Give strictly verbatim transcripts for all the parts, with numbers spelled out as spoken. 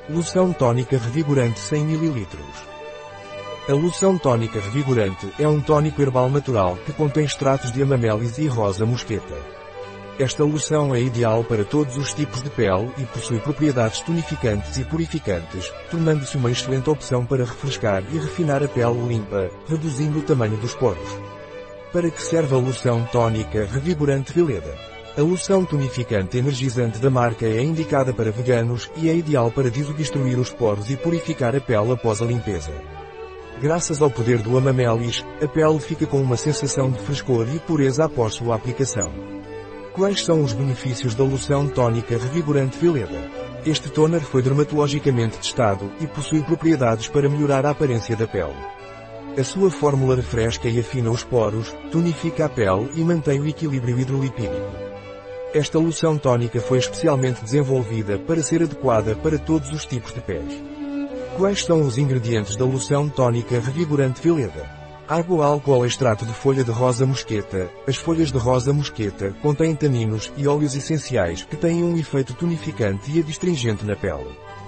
Loção tónica revigorante cem mililitros. A loção tónica revigorante é um tónico herbal natural que contém extratos de amamélis e rosa mosqueta. Esta loção é ideal para todos os tipos de pele e possui propriedades tonificantes e purificantes, tornando-se uma excelente opção para refrescar e refinar a pele limpa, reduzindo o tamanho dos poros. Para que serve a loção tónica revigorante Veleda? A loção tonificante energizante da marca é indicada para veganos e é ideal para desobstruir os poros e purificar a pele após a limpeza. Graças ao poder do amamélis, a pele fica com uma sensação de frescor e pureza após sua aplicação. Quais são os benefícios da loção tónica revigorante Veleda? Este toner foi dermatologicamente testado e possui propriedades para melhorar a aparência da pele. A sua fórmula refresca e afina os poros, tonifica a pele e mantém o equilíbrio hidrolipídico. Esta loção tónica foi especialmente desenvolvida para ser adequada para todos os tipos de pés. Quais são os ingredientes da loção tónica revigorante Veleda? Água, álcool, extrato de folha de rosa mosqueta. As folhas de rosa mosqueta contêm taninos e óleos essenciais que têm um efeito tonificante e adstringente na pele.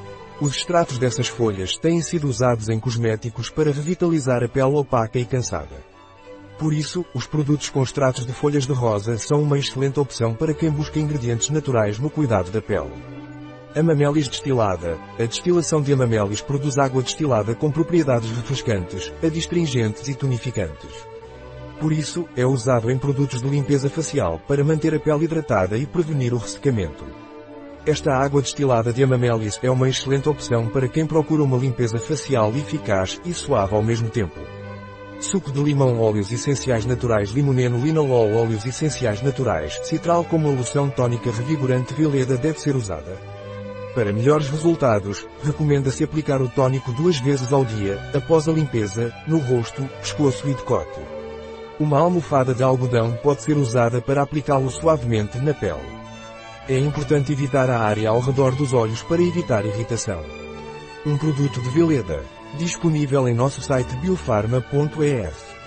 Os extratos dessas folhas têm sido usados em cosméticos para revitalizar a pele opaca e cansada. Por isso, os produtos com extratos de folhas de rosa são uma excelente opção para quem busca ingredientes naturais no cuidado da pele. Amamélis destilada. A destilação de amamélis produz água destilada com propriedades refrescantes, adstringentes e tonificantes. Por isso, é usado em produtos de limpeza facial para manter a pele hidratada e prevenir o ressecamento. Esta água destilada de amamélis é uma excelente opção para quem procura uma limpeza facial eficaz e suave ao mesmo tempo. Suco de limão, óleos essenciais naturais, limoneno, linalol, óleos essenciais naturais, citral. Como a loção tónica revigorante Veleda deve ser usada? Para melhores resultados, recomenda-se aplicar o tónico duas vezes ao dia, após a limpeza, no rosto, pescoço e decote. Uma almofada de algodão pode ser usada para aplicá-lo suavemente na pele. É importante evitar a área ao redor dos olhos para evitar irritação. Um produto de Veleda, disponível em nosso site biofarma ponto es.